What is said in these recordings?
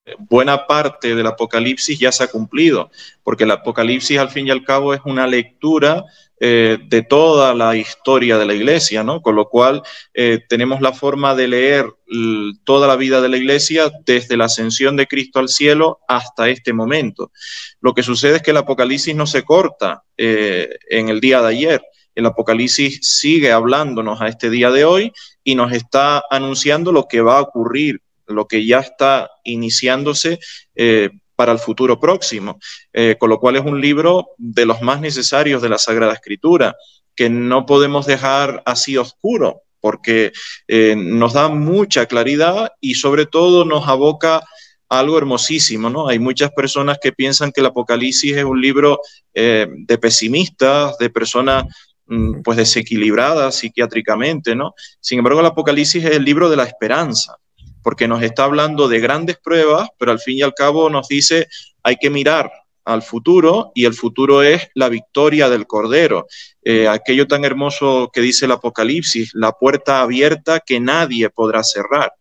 buena parte del Apocalipsis ya se ha cumplido, porque el Apocalipsis al fin y al cabo es una lectura de toda la historia de la Iglesia, ¿no? Con lo cual tenemos la forma de leer toda la vida de la Iglesia desde la ascensión de Cristo al cielo hasta este momento. Lo que sucede es que el Apocalipsis no se corta en el día de ayer. El Apocalipsis sigue hablándonos a este día de hoy y nos está anunciando lo que va a ocurrir, lo que ya está iniciándose para el futuro próximo, con lo cual es un libro de los más necesarios de la Sagrada Escritura, que no podemos dejar así oscuro, porque nos da mucha claridad y sobre todo nos aboca a algo hermosísimo, ¿no? Hay muchas personas que piensan que el Apocalipsis es un libro de pesimistas, de personas pues desequilibradas psiquiátricamente, ¿no? Sin embargo, el Apocalipsis es el libro de la esperanza, porque nos está hablando de grandes pruebas, pero al fin y al cabo nos dice hay que mirar al futuro y el futuro es la victoria del Cordero. Aquello tan hermoso que dice el Apocalipsis, la puerta abierta que nadie podrá cerrar.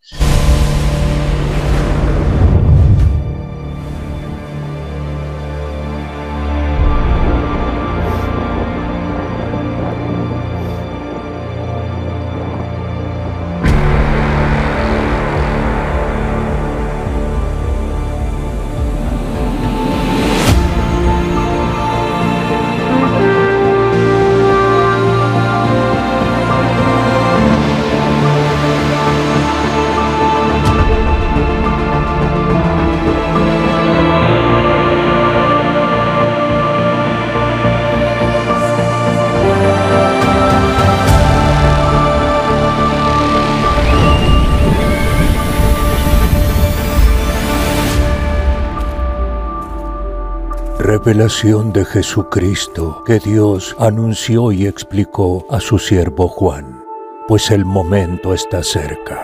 Revelación de Jesucristo que Dios anunció y explicó a su siervo Juan, pues el momento está cerca.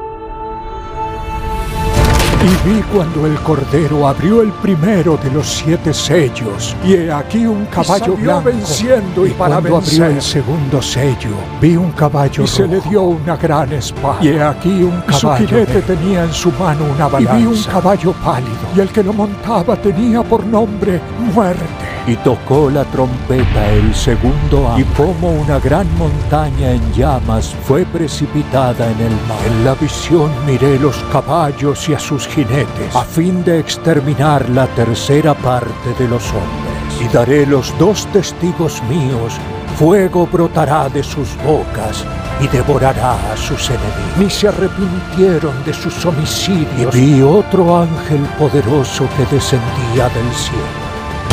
Y vi cuando el Cordero abrió el primero de los 7 sellos, y he aquí un caballo blanco venciendo, y cuando abrió el segundo sello, vi un caballo rojo, y se le dio una gran espada, y he aquí un caballo, y su jinete tenía en su mano una balanza, y vi un caballo pálido, y el que lo montaba tenía por nombre Muerte. Y tocó la trompeta el segundo ángel, y como una gran montaña en llamas fue precipitada en el mar. En la visión miré los caballos y a sus jinetes, a fin de exterminar la tercera parte de los hombres. Y daré los 2 testigos míos, fuego brotará de sus bocas y devorará a sus enemigos. Ni se arrepintieron de sus homicidios. Y vi otro ángel poderoso que descendía del cielo.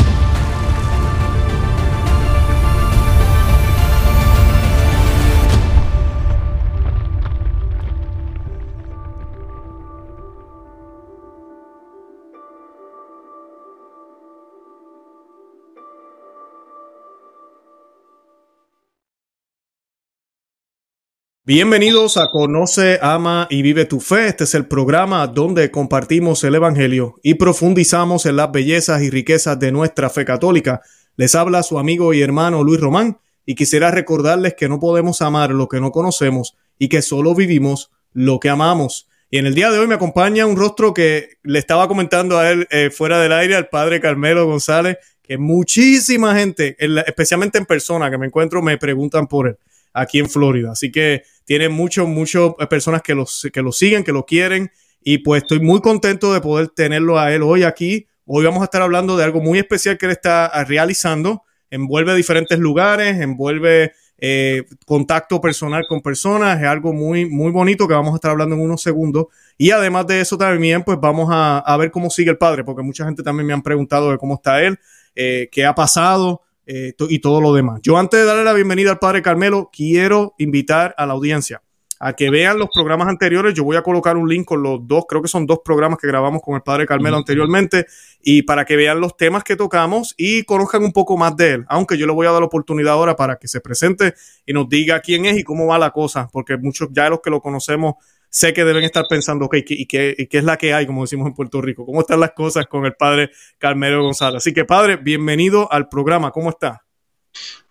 Bienvenidos a Conoce, Ama y Vive tu Fe. Este es el programa donde compartimos el Evangelio y profundizamos en las bellezas y riquezas de nuestra fe católica. Les habla su amigo y hermano Luis Román y quisiera recordarles que no podemos amar lo que no conocemos y que solo vivimos lo que amamos. Y en el día de hoy me acompaña un rostro que le estaba comentando a él fuera del aire, al padre Carmelo González, que muchísima gente, especialmente en persona que me encuentro, me preguntan por él aquí en Florida. Así que tiene muchas personas que lo siguen, que lo quieren, y pues estoy muy contento de poder tenerlo a él hoy aquí. Hoy vamos a estar hablando de algo muy especial que él está realizando. Envuelve diferentes lugares, envuelve contacto personal con personas. Es algo muy, muy bonito que vamos a estar hablando en unos segundos. Y además de eso también, pues vamos a ver cómo sigue el padre, porque mucha gente también me han preguntado de cómo está él, qué ha pasado, y todo lo demás. Yo, antes de darle la bienvenida al padre Carmelo, quiero invitar a la audiencia a que vean los programas anteriores. Yo voy a colocar un link con los 2, creo que son 2 programas que grabamos con el padre Carmelo anteriormente, y para que vean los temas que tocamos y conozcan un poco más de él, aunque yo le voy a dar la oportunidad ahora para que se presente y nos diga quién es y cómo va la cosa, porque muchos ya los que lo conocemos sé que deben estar pensando, ok, ¿qué es la que hay, como decimos en Puerto Rico? ¿Cómo están las cosas con el padre Carmelo González? Así que, padre, bienvenido al programa. ¿Cómo está?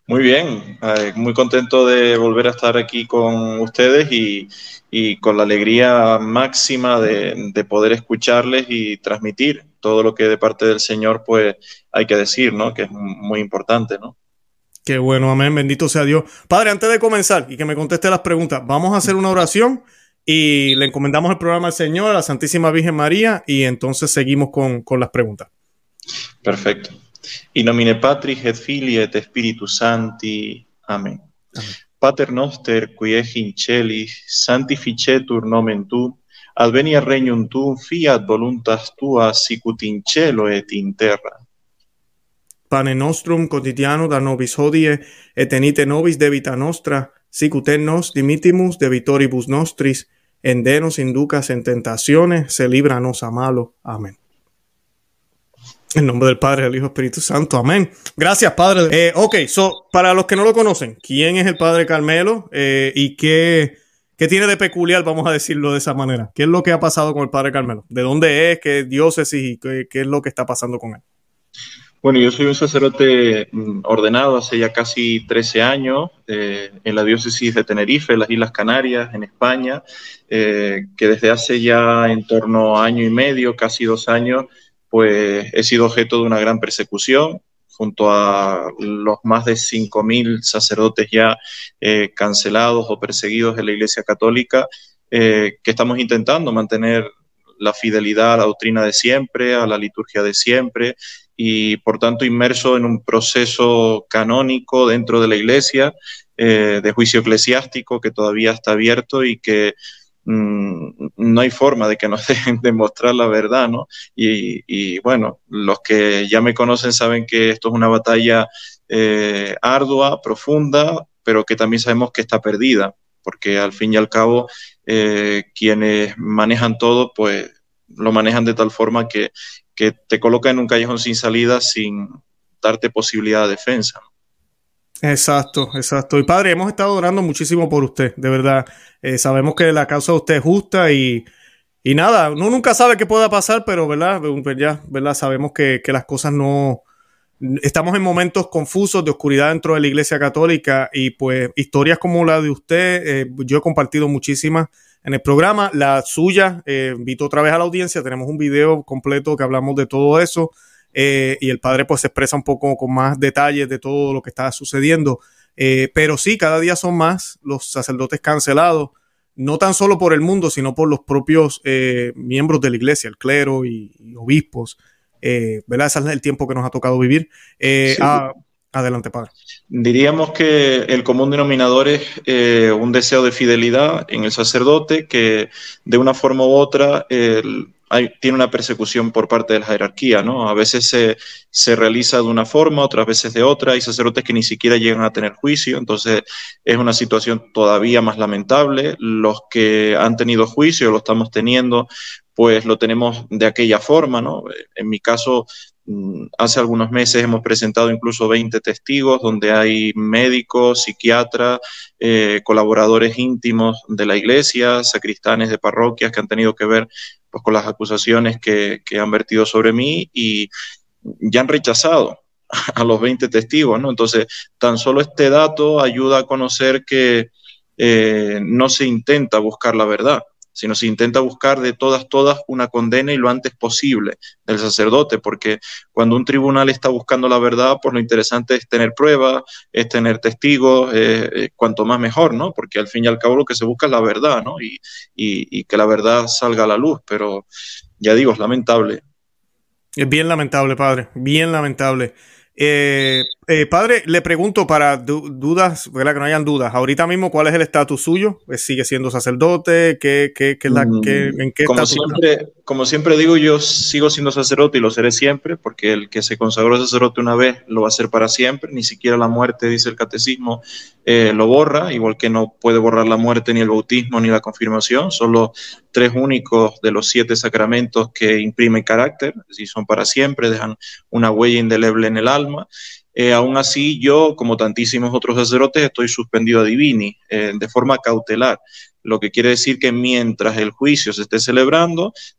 Muy bien, muy contento de volver a estar aquí con ustedes y con la alegría máxima de poder escucharles y transmitir todo lo que de parte del Señor pues hay que decir, ¿no? Que es muy importante, ¿no? Qué bueno, amén, bendito sea Dios. Padre, antes de comenzar y que me conteste las preguntas, vamos a hacer una oración y le encomendamos el programa al Señor, a la Santísima Virgen María, y entonces seguimos con las preguntas. Perfecto. In nomine Patris et Filii et Spiritus Sancti. Amén. Amén. Pater noster, qui es in celis, sanctificetur nomen tuum, adveniat regnum tuum, fiat voluntas tua, sicut in cielo et in terra. Pane nostrum quotidiano da nobis hodie, et tenite nobis debita nostra, sicut et nos dimittimus debitoribus nostris, en de nos inducas en tentaciones, se líbranos a malo. Amén. En nombre del Padre, del Hijo y Espíritu Santo. Amén. Gracias, Padre. Para los que no lo conocen, ¿quién es el Padre Carmelo y qué tiene de peculiar, vamos a decirlo de esa manera? ¿Qué es lo que ha pasado con el Padre Carmelo? ¿De dónde es? ¿Qué diócesis? ¿Y qué es lo que está pasando con él? Bueno, yo soy un sacerdote ordenado hace ya casi 13 años en la diócesis de Tenerife, en las Islas Canarias, en España, que desde hace ya en torno a año y medio, casi 2 años, pues he sido objeto de una gran persecución junto a los más de 5.000 sacerdotes ya cancelados o perseguidos en la Iglesia Católica, que estamos intentando mantener la fidelidad a la doctrina de siempre, a la liturgia de siempre, y por tanto inmerso en un proceso canónico dentro de la Iglesia, de juicio eclesiástico que todavía está abierto y que no hay forma de que nos dejen demostrar la verdad, ¿no? Y bueno, los que ya me conocen saben que esto es una batalla ardua, profunda, pero que también sabemos que está perdida, porque al fin y al cabo quienes manejan todo, pues lo manejan de tal forma que te coloca en un callejón sin salida sin darte posibilidad de defensa. Exacto. Y Padre, hemos estado orando muchísimo por usted, de verdad. Sabemos que la causa de usted es justa y nada, uno nunca sabe qué pueda pasar, pero ¿verdad? Sabemos que las cosas no... Estamos en momentos confusos de oscuridad dentro de la Iglesia Católica y pues historias como la de usted, yo he compartido muchísimas en el programa. La suya, invito otra vez a la audiencia, tenemos un video completo que hablamos de todo eso. Y el padre pues se expresa un poco con más detalles de todo lo que está sucediendo, pero sí, cada día son más los sacerdotes cancelados, no tan solo por el mundo, sino por los propios miembros de la iglesia, el clero y obispos, ¿verdad? Ese es el tiempo que nos ha tocado vivir. Sí. Adelante, padre. Diríamos que el común denominador es un deseo de fidelidad en el sacerdote que de una forma u otra tiene una persecución por parte de la jerarquía, ¿no? A veces se realiza de una forma, otras veces de otra. Hay sacerdotes que ni siquiera llegan a tener juicio, entonces es una situación todavía más lamentable. Los que han tenido juicio, lo estamos teniendo, pues lo tenemos de aquella forma, ¿no? En mi caso, hace algunos meses hemos presentado incluso 20 testigos, donde hay médicos, psiquiatras, colaboradores íntimos de la iglesia, sacristanes de parroquias que han tenido que ver pues, con las acusaciones que han vertido sobre mí y ya han rechazado a los 20 testigos, ¿no? Entonces, tan solo este dato ayuda a conocer que no se intenta buscar la verdad, sino se intenta buscar de todas una condena y lo antes posible del sacerdote, porque cuando un tribunal está buscando la verdad, pues lo interesante es tener pruebas, es tener testigos, cuanto más mejor, ¿no? Porque al fin y al cabo lo que se busca es la verdad, ¿no? Y que la verdad salga a la luz, pero ya digo, es lamentable. Es bien lamentable, padre, bien lamentable. Padre, le pregunto para dudas, ¿verdad? Que no hayan dudas. Ahorita mismo, ¿cuál es el estatus suyo? ¿Sigue siendo sacerdote? ¿En qué estatus? Como siempre digo, yo sigo siendo sacerdote y lo seré siempre, porque el que se consagró sacerdote una vez lo va a hacer para siempre. Ni siquiera la muerte, dice el catecismo, lo borra, igual que no puede borrar la muerte ni el bautismo ni la confirmación. Son los 3 únicos de los 7 sacramentos que imprimen carácter, es decir, son para siempre, dejan una huella indeleble en el alma. Aún así, yo, como tantísimos otros sacerdotes, estoy suspendido a divini, de forma cautelar, lo que quiere decir que mientras el juicio se esté celebrando,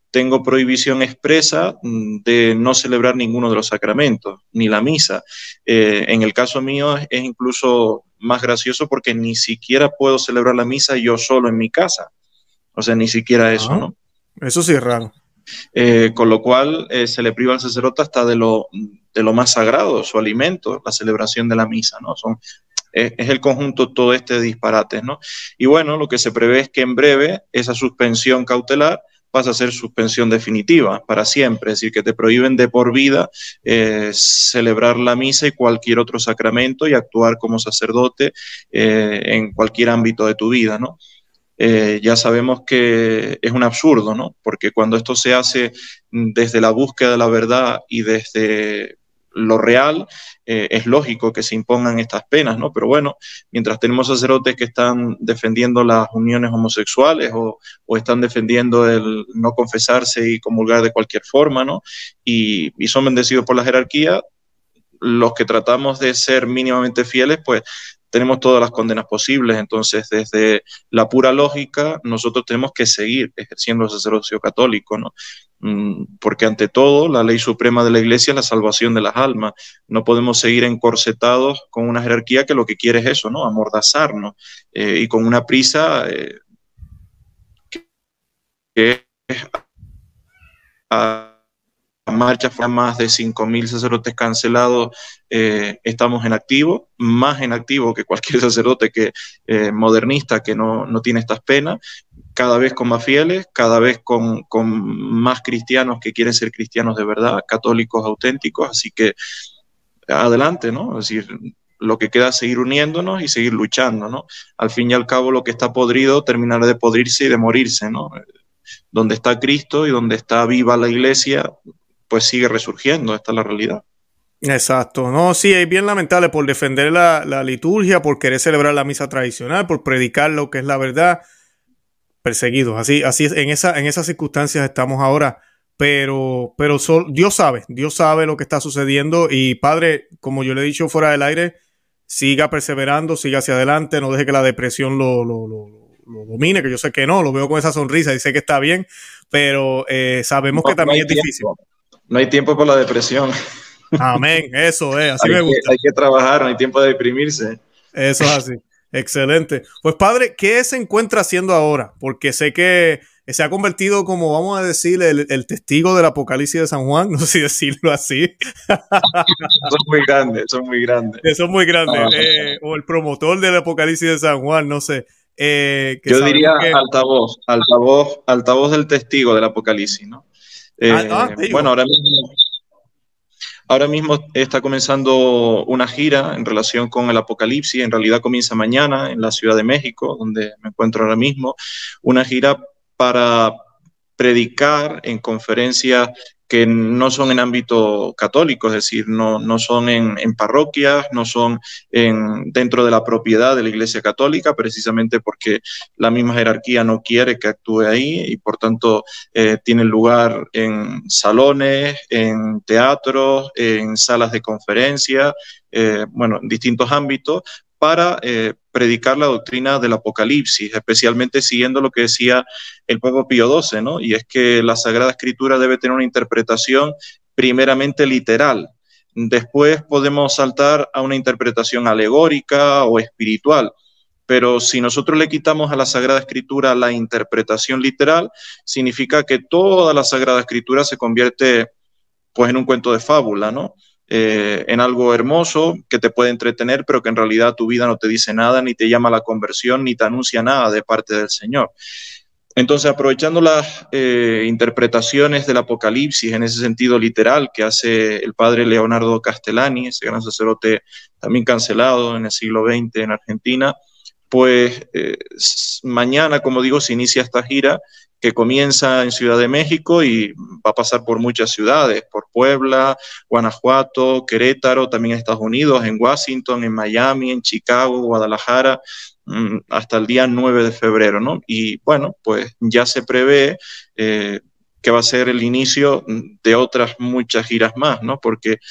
tengo prohibición expresa de no celebrar ninguno de los sacramentos, ni la misa. En el caso mío es incluso más gracioso porque ni siquiera puedo celebrar la misa yo solo en mi casa. O sea, ni siquiera eso, ¿no? Eso sí es raro. Con lo cual se le priva al sacerdote hasta de lo más sagrado, su alimento, la celebración de la misa, ¿no? Es el conjunto todo este de disparates, ¿no? Y bueno, lo que se prevé es que en breve esa suspensión cautelar pasa a ser suspensión definitiva para siempre, es decir, que te prohíben de por vida celebrar la misa y cualquier otro sacramento y actuar como sacerdote en cualquier ámbito de tu vida, ¿no? Ya sabemos que es un absurdo, ¿no? Porque cuando esto se hace desde la búsqueda de la verdad y desde lo real, es lógico que se impongan estas penas, ¿no? Pero bueno, mientras tenemos sacerdotes que están defendiendo las uniones homosexuales o están defendiendo el no confesarse y comulgar de cualquier forma, ¿no? Y son bendecidos por la jerarquía, los que tratamos de ser mínimamente fieles, pues tenemos todas las condenas posibles. Entonces, desde la pura lógica, nosotros tenemos que seguir ejerciendo el sacerdocio católico, ¿no? Porque ante todo, la ley suprema de la Iglesia es la salvación de las almas. No podemos seguir encorsetados con una jerarquía que lo que quiere es eso, ¿no? Amordazarnos y con una prisa que es a marcha, más de 5.000 sacerdotes cancelados, estamos en activo, más en activo que cualquier sacerdote modernista que no tiene estas penas, cada vez con más fieles, cada vez con más cristianos que quieren ser cristianos de verdad, católicos auténticos, así que adelante, ¿no? Es decir, lo que queda es seguir uniéndonos y seguir luchando, ¿no? Al fin y al cabo, lo que está podrido terminará de podrirse y de morirse, ¿no? Donde está Cristo y donde está viva la Iglesia, pues sigue resurgiendo, esta es la realidad. Exacto, no, sí, es bien lamentable por defender la liturgia, por querer celebrar la misa tradicional, por predicar lo que es la verdad, perseguidos, así es, en esas circunstancias estamos ahora, pero Dios sabe lo que está sucediendo y Padre, como yo le he dicho fuera del aire, siga perseverando, siga hacia adelante, no deje que la depresión lo domine, que yo sé que no, lo veo con esa sonrisa y sé que está bien, pero sabemos que también es difícil. No hay tiempo para la depresión. Amén, eso es, así me gusta. Hay que trabajar, no hay tiempo de deprimirse. Eso es así, excelente. Pues Padre, ¿qué se encuentra haciendo ahora? Porque sé que se ha convertido como, vamos a decir, el testigo del Apocalipsis de San Juan, no sé si decirlo así. Son muy grandes. Son muy grandes. O el promotor del Apocalipsis de San Juan, no sé. Yo diría altavoz del testigo del Apocalipsis, ¿no? Bueno, ahora mismo está comenzando una gira en relación con el Apocalipsis. En realidad comienza mañana en la Ciudad de México, donde me encuentro ahora mismo. Una gira para predicar en conferencias que no son en ámbito católico, es decir, no son en parroquias, no son dentro de la propiedad de la Iglesia Católica, precisamente porque la misma jerarquía no quiere que actúe ahí y por tanto tienen lugar en salones, en teatros, en salas de conferencia, en distintos ámbitos, para predicar la doctrina del Apocalipsis, especialmente siguiendo lo que decía el Papa Pío XII, ¿no? Y es que la Sagrada Escritura debe tener una interpretación primeramente literal. Después podemos saltar a una interpretación alegórica o espiritual. Pero si nosotros le quitamos a la Sagrada Escritura la interpretación literal, significa que toda la Sagrada Escritura se convierte pues en un cuento de fábula, ¿no? En algo hermoso que te puede entretener, pero que en realidad tu vida no te dice nada, ni te llama a la conversión, ni te anuncia nada de parte del Señor. Entonces, aprovechando las interpretaciones del Apocalipsis en ese sentido literal que hace el padre Leonardo Castellani, ese gran sacerdote también cancelado en el siglo XX en Argentina, pues mañana, como digo, se inicia esta gira que comienza en Ciudad de México y va a pasar por muchas ciudades, por Puebla, Guanajuato, Querétaro, también en Estados Unidos, en Washington, en Miami, en Chicago, Guadalajara, hasta el día 9 de febrero, ¿no? Y bueno, pues ya se prevé que va a ser el inicio de otras muchas giras más, ¿no? Porque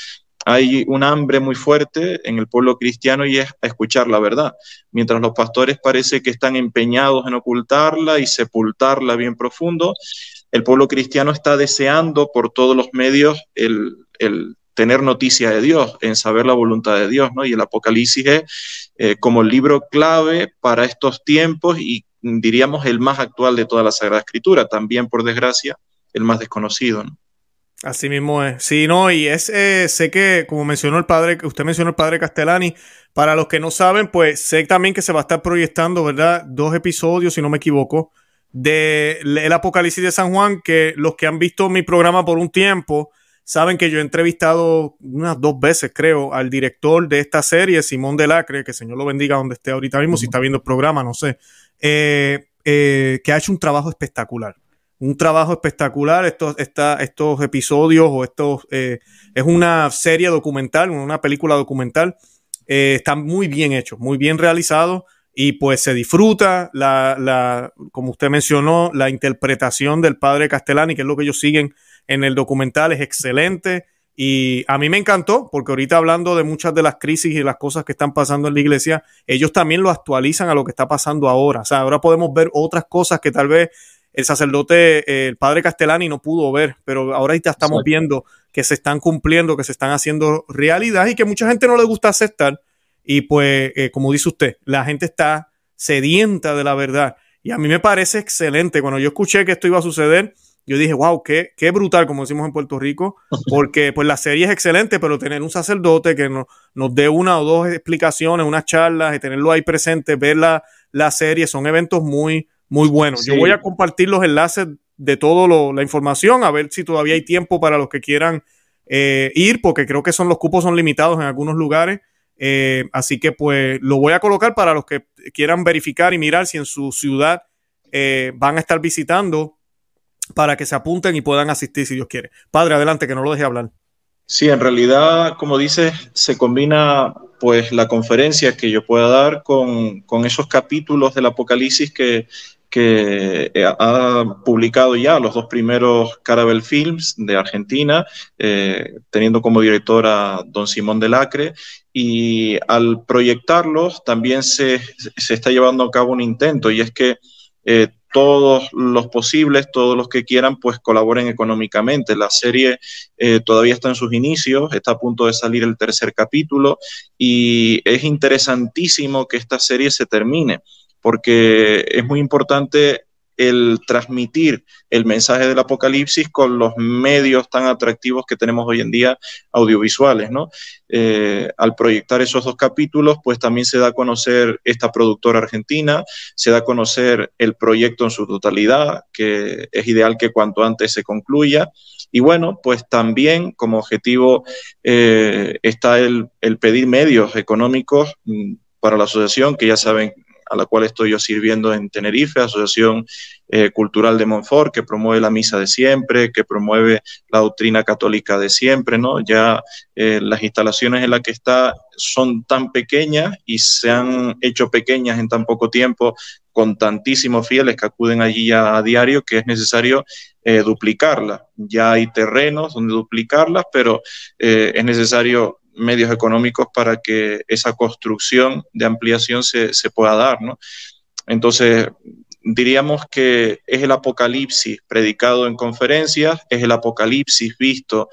hay un hambre muy fuerte en el pueblo cristiano y es a escuchar la verdad. Mientras los pastores parece que están empeñados en ocultarla y sepultarla bien profundo, el pueblo cristiano está deseando por todos los medios el tener noticia de Dios, en saber la voluntad de Dios, ¿no? Y el Apocalipsis es como el libro clave para estos tiempos y diríamos el más actual de toda la Sagrada Escritura, también por desgracia el más desconocido, ¿no? Así mismo es. Sí, no, y es, sé que, como mencionó usted mencionó el padre Castellani, para los que no saben, pues sé también que se va a estar proyectando, ¿verdad? 2 episodios, si no me equivoco, de el Apocalipsis de San Juan, que los que han visto mi programa por un tiempo saben que yo he entrevistado unas 2 veces, creo, al director de esta serie, Simón Delacre, que el Señor lo bendiga donde esté ahorita mismo, si está viendo el programa, no sé, que ha hecho un trabajo espectacular. Un trabajo espectacular. Estos episodios o es una serie documental, una película documental. Están muy bien hechos, muy bien realizados y pues se disfruta como usted mencionó, la interpretación del padre Castellani, que es lo que ellos siguen en el documental, es excelente y a mí me encantó porque ahorita hablando de muchas de las crisis y las cosas que están pasando en la iglesia, ellos también lo actualizan a lo que está pasando ahora. O sea, ahora podemos ver otras cosas que tal vez el sacerdote, el padre Castellani no pudo ver, pero ahora ya estamos viendo que se están cumpliendo, que se están haciendo realidad y que mucha gente no le gusta aceptar. Y pues, como dice usted, la gente está sedienta de la verdad. Y a mí me parece excelente. Cuando yo escuché que esto iba a suceder, yo dije, wow, qué brutal, como decimos en Puerto Rico, porque pues la serie es excelente, pero tener un sacerdote que nos dé 1 o 2 explicaciones, unas charlas y tenerlo ahí presente, ver la serie, son eventos muy bueno. Sí. Yo voy a compartir los enlaces de toda la información, a ver si todavía hay tiempo para los que quieran ir, porque creo que los cupos son limitados en algunos lugares. Así que pues lo voy a colocar para los que quieran verificar y mirar si en su ciudad van a estar visitando para que se apunten y puedan asistir si Dios quiere. Padre, adelante, que no lo deje hablar. Sí, en realidad, como dices, se combina pues la conferencia que yo pueda dar con esos capítulos del Apocalipsis que ha publicado ya los 2 primeros Carabel Films de Argentina, teniendo como director a don Simón Delacre, y al proyectarlos también se está llevando a cabo un intento, y es que todos los posibles, todos los que quieran, pues colaboren económicamente. La serie todavía está en sus inicios, está a punto de salir el 3er capítulo y es interesantísimo que esta serie se termine, porque es muy importante el transmitir el mensaje del Apocalipsis con los medios tan atractivos que tenemos hoy en día audiovisuales, ¿no? Al proyectar esos 2 capítulos, pues también se da a conocer esta productora argentina, se da a conocer el proyecto en su totalidad, que es ideal que cuanto antes se concluya. Y bueno, pues también como objetivo está el pedir medios económicos para la asociación, que ya saben a la cual estoy yo sirviendo en Tenerife, Asociación Cultural de Montfort, que promueve la misa de siempre, que promueve la doctrina católica de siempre, ¿no? Ya las instalaciones en las que está son tan pequeñas y se han hecho pequeñas en tan poco tiempo, con tantísimos fieles que acuden allí a diario, que es necesario duplicarlas. Ya hay terrenos donde duplicarlas, pero es necesario medios económicos para que esa construcción de ampliación se pueda dar, ¿no? Entonces, diríamos que es el Apocalipsis predicado en conferencias, es el Apocalipsis visto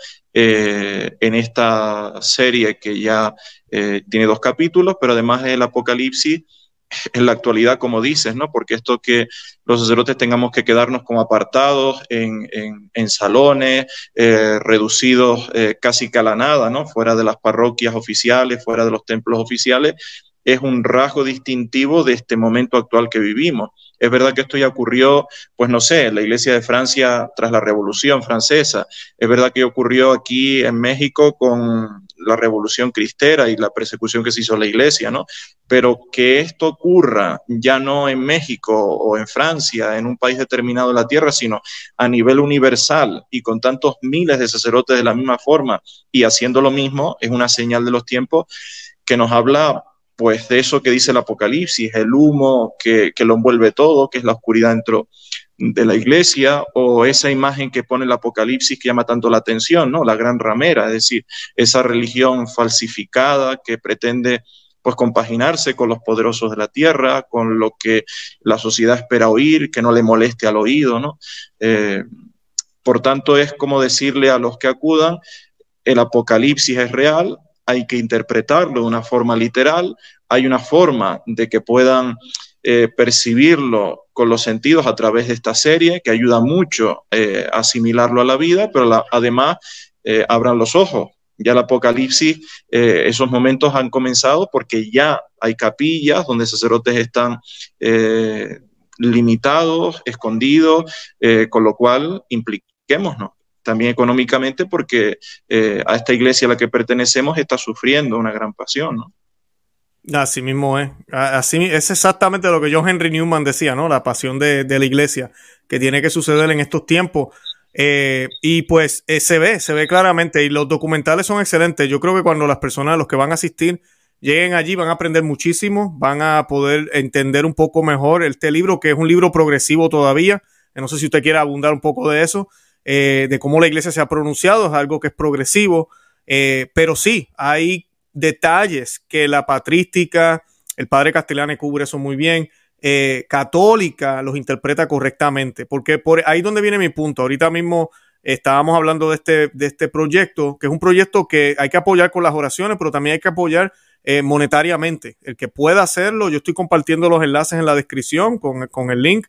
en esta serie que ya tiene 2 capítulos, pero además es el Apocalipsis en la actualidad, como dices, ¿no? Porque esto que los sacerdotes tengamos que quedarnos como apartados en salones, reducidos casi que a la nada, ¿no? Fuera de las parroquias oficiales, fuera de los templos oficiales, es un rasgo distintivo de este momento actual que vivimos. Es verdad que esto ya ocurrió, pues no sé, en la Iglesia de Francia tras la Revolución Francesa. Es verdad que ocurrió aquí en México con la Revolución Cristera y la persecución que se hizo a la Iglesia, ¿no? Pero que esto ocurra ya no en México o en Francia, en un país determinado de la tierra, sino a nivel universal y con tantos miles de sacerdotes de la misma forma y haciendo lo mismo, es una señal de los tiempos que nos habla pues de eso que dice el Apocalipsis, el humo que lo envuelve todo, que es la oscuridad dentro de la iglesia, o esa imagen que pone el Apocalipsis que llama tanto la atención, ¿no? La gran ramera, es decir, esa religión falsificada que pretende pues compaginarse con los poderosos de la tierra, con lo que la sociedad espera oír, que no le moleste al oído, ¿no? Por tanto, es como decirle a los que acudan, el Apocalipsis es real, hay que interpretarlo de una forma literal, hay una forma de que puedan percibirlo con los sentidos a través de esta serie, que ayuda mucho a asimilarlo a la vida, pero además abran los ojos. Ya el Apocalipsis, esos momentos han comenzado porque ya hay capillas donde sacerdotes están limitados, escondidos, con lo cual impliquémonos también económicamente porque a esta iglesia a la que pertenecemos está sufriendo una gran pasión, ¿no? Así mismo es. Así es exactamente lo que John Henry Newman decía, ¿no? La pasión de la iglesia que tiene que suceder en estos tiempos. Y pues se ve claramente y los documentales son excelentes. Yo creo que cuando las personas, los que van a asistir, lleguen allí van a aprender muchísimo, van a poder entender un poco mejor este libro, que es un libro progresivo todavía. No sé si usted quiere abundar un poco de eso, de cómo la iglesia se ha pronunciado, es algo que es progresivo, pero sí, hay detalles que la patrística, el padre Castellani cubre eso muy bien, católica los interpreta correctamente, porque por ahí donde viene mi punto. Ahorita mismo estábamos hablando de este proyecto, que es un proyecto que hay que apoyar con las oraciones, pero también hay que apoyar monetariamente. El que pueda hacerlo, yo estoy compartiendo los enlaces en la descripción con el link.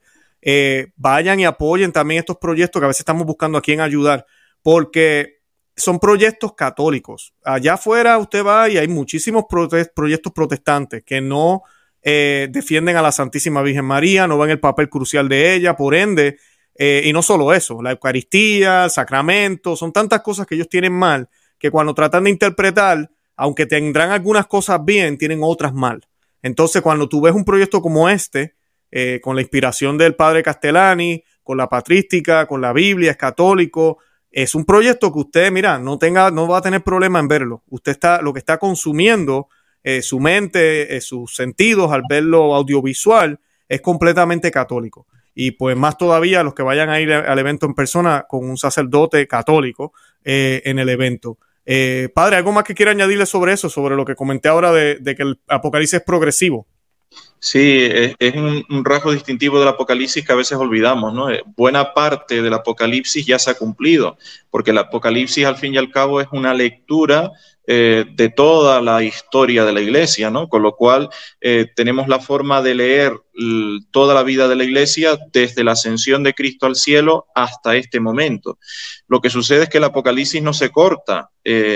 Vayan y apoyen también estos proyectos que a veces estamos buscando a quién ayudar, porque son proyectos católicos. Allá afuera usted va y hay muchísimos proyectos protestantes que no defienden a la Santísima Virgen María, no ven el papel crucial de ella, por ende, y no solo eso, la Eucaristía, el sacramento, son tantas cosas que ellos tienen mal, que cuando tratan de interpretar, aunque tendrán algunas cosas bien, tienen otras mal. Entonces, cuando tú ves un proyecto como este, con la inspiración del padre Castellani, con la patrística, con la Biblia, es católico, es un proyecto que usted, mira, no va a tener problema en verlo. Usted lo que está consumiendo, su mente, sus sentidos al verlo audiovisual, es completamente católico. Y pues más todavía los que vayan a ir al evento en persona con un sacerdote católico en el evento. Padre, ¿algo más que quiera añadirle sobre eso, sobre lo que comenté ahora de que el Apocalipsis es progresivo? Sí, es un rasgo distintivo del Apocalipsis que a veces olvidamos, ¿no? Buena parte del Apocalipsis ya se ha cumplido, porque el Apocalipsis al fin y al cabo es una lectura de toda la historia de la iglesia, ¿no? Con lo cual tenemos la forma de leer toda la vida de la iglesia desde la ascensión de Cristo al cielo hasta este momento. Lo que sucede es que el Apocalipsis no se corta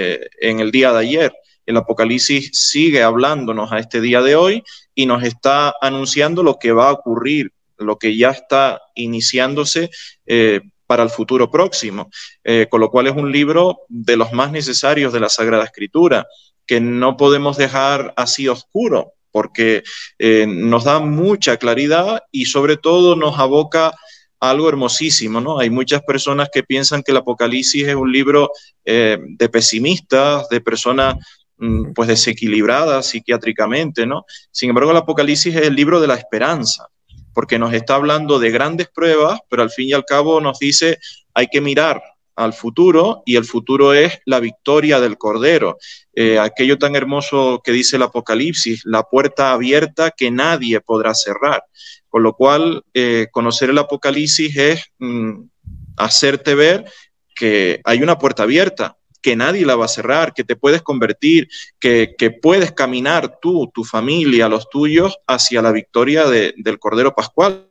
en el día de ayer. El Apocalipsis sigue hablándonos a este día de hoy y nos está anunciando lo que va a ocurrir, lo que ya está iniciándose para el futuro próximo, con lo cual es un libro de los más necesarios de la Sagrada Escritura, que no podemos dejar así oscuro, porque nos da mucha claridad y sobre todo nos aboca a algo hermosísimo, ¿no? Hay muchas personas que piensan que el Apocalipsis es un libro de pesimistas, de personas pues desequilibradas psiquiátricamente, ¿no? Sin embargo, el Apocalipsis es el libro de la esperanza, porque nos está hablando de grandes pruebas, pero al fin y al cabo nos dice hay que mirar al futuro y el futuro es la victoria del Cordero. Aquello tan hermoso que dice el Apocalipsis, la puerta abierta que nadie podrá cerrar. Con lo cual, conocer el Apocalipsis es hacerte ver que hay una puerta abierta, que nadie la va a cerrar, que te puedes convertir, que puedes caminar tú, tu familia, los tuyos, hacia la victoria del Cordero Pascual.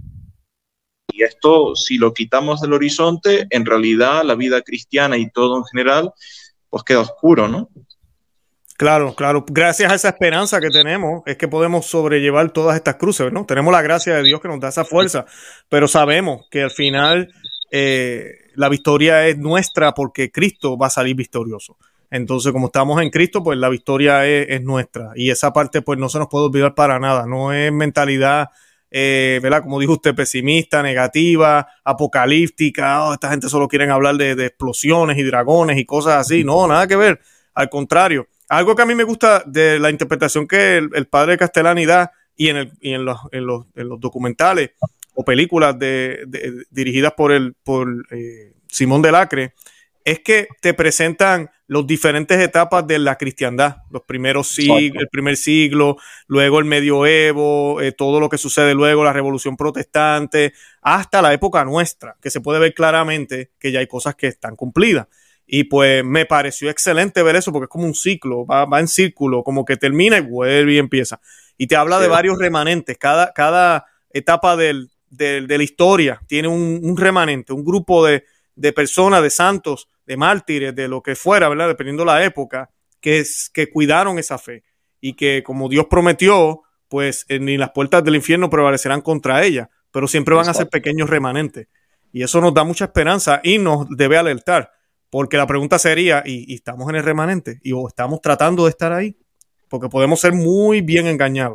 Y esto, si lo quitamos del horizonte, en realidad la vida cristiana y todo en general, pues queda oscuro, ¿no? Claro, claro. Gracias a esa esperanza que tenemos, es que podemos sobrellevar todas estas cruces, ¿no? Tenemos la gracia de Dios que nos da esa fuerza, pero sabemos que al final la victoria es nuestra porque Cristo va a salir victorioso. Entonces, como estamos en Cristo, pues la victoria es nuestra. Y esa parte, pues no se nos puede olvidar para nada. No es mentalidad, ¿verdad? Como dijo usted, pesimista, negativa, apocalíptica. Oh, esta gente solo quieren hablar de explosiones y dragones y cosas así. No, nada que ver. Al contrario. Algo que a mí me gusta de la interpretación que el padre Castellani da y en los documentales, o películas dirigidas por Simón de Lacre, es que te presentan las diferentes etapas de la cristiandad, los primeros siglos, el primer siglo, luego el medioevo, todo lo que sucede luego, la revolución protestante, hasta la época nuestra, que se puede ver claramente que ya hay cosas que están cumplidas. Y pues me pareció excelente ver eso, porque es como un ciclo, va en círculo, como que termina y vuelve y empieza. Y te habla de varios remanentes, cada etapa de la historia tiene un remanente, un grupo de personas, de santos, de mártires, de lo que fuera, ¿verdad? Dependiendo de la época, que cuidaron esa fe y que como Dios prometió, pues ni las puertas del infierno prevalecerán contra ella, pero siempre van a ser pequeños remanentes. Y eso nos da mucha esperanza y nos debe alertar, porque la pregunta sería, ¿y estamos en el remanente? ¿O estamos tratando de estar ahí? Porque podemos ser muy bien engañados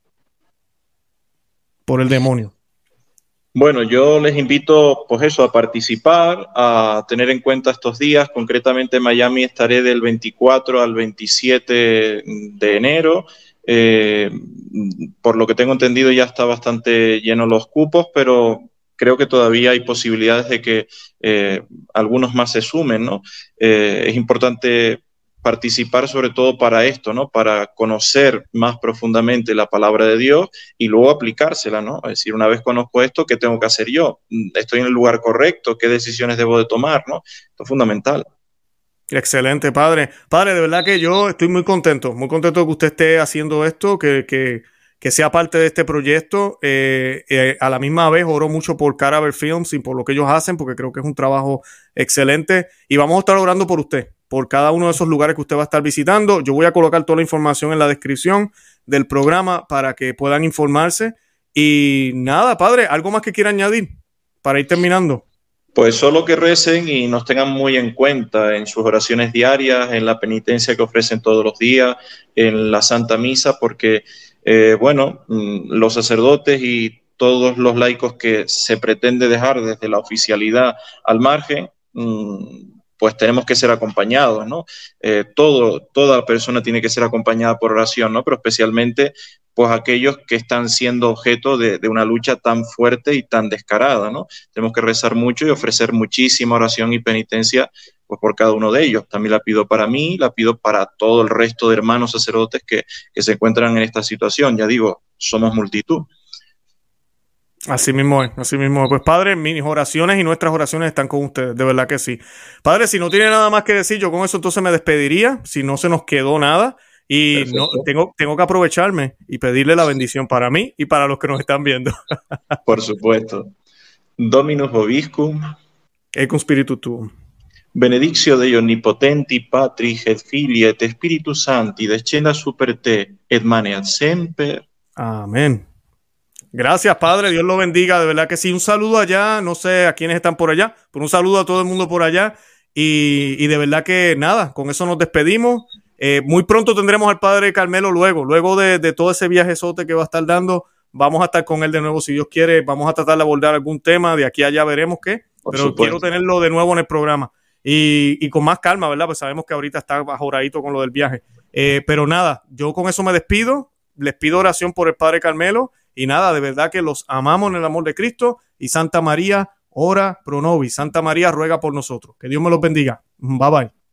por el demonio. Bueno, yo les invito, pues eso, a participar, a tener en cuenta estos días. Concretamente en Miami estaré del 24 al 27 de enero. Por lo que tengo entendido ya está bastante lleno los cupos, pero creo que todavía hay posibilidades de que algunos más se sumen, ¿no? Es importante participar sobre todo para esto, ¿no? Para conocer más profundamente la palabra de Dios y luego aplicársela, ¿no? Es decir, una vez conozco esto, ¿qué tengo que hacer yo? ¿Estoy en el lugar correcto? ¿Qué decisiones debo de tomar, ¿no? Esto es fundamental. Excelente, padre. Padre, de verdad que yo estoy muy contento de que usted esté haciendo esto, que sea parte de este proyecto. A la misma vez oro mucho por Caravel Films y por lo que ellos hacen, porque creo que es un trabajo excelente. Y vamos a estar orando por usted, por cada uno de esos lugares que usted va a estar visitando. Yo voy a colocar toda la información en la descripción del programa para que puedan informarse. Y nada, padre, ¿algo más que quiera añadir para ir terminando? Pues solo que recen y nos tengan muy en cuenta en sus oraciones diarias, en la penitencia que ofrecen todos los días, en la Santa Misa, porque, los sacerdotes y todos los laicos que se pretende dejar desde la oficialidad al margen, pues tenemos que ser acompañados, ¿no? Toda persona tiene que ser acompañada por oración, ¿no? Pero especialmente pues aquellos que están siendo objeto de una lucha tan fuerte y tan descarada, ¿no? Tenemos que rezar mucho y ofrecer muchísima oración y penitencia pues, por cada uno de ellos. También la pido para mí, la pido para todo el resto de hermanos sacerdotes que se encuentran en esta situación. Ya digo, somos multitud. Así mismo es, así mismo es. Pues padre, mis oraciones y nuestras oraciones están con ustedes, de verdad que sí. Padre, si no tiene nada más que decir, yo con eso entonces me despediría, si no se nos quedó nada. Y no, tengo que aprovecharme y pedirle la bendición para mí y para los que nos están viendo. Por supuesto. Dominus vobiscum. Et cum spiritu tuum. Benedictio Dei omnipotenti, Patris et Filii et Spiritus Sancti, descenda super te, et maneat semper. Amén. Gracias, Padre. Dios lo bendiga. De verdad que sí. Un saludo allá. No sé a quiénes están por allá, pero un saludo a todo el mundo por allá. Y de verdad que nada, con eso nos despedimos. Muy pronto tendremos al Padre Carmelo luego de todo ese viajezote que va a estar dando. Vamos a estar con él de nuevo, si Dios quiere. Vamos a tratar de abordar algún tema. De aquí a allá veremos qué. Pero quiero tenerlo de nuevo en el programa. Y con más calma, ¿verdad? Pues sabemos que ahorita está ajoradito con lo del viaje. Pero nada, yo con eso me despido. Les pido oración por el Padre Carmelo. Y nada, de verdad que los amamos en el amor de Cristo. Y Santa María, ora pro nobis. Santa María ruega por nosotros. Que Dios me los bendiga. Bye bye.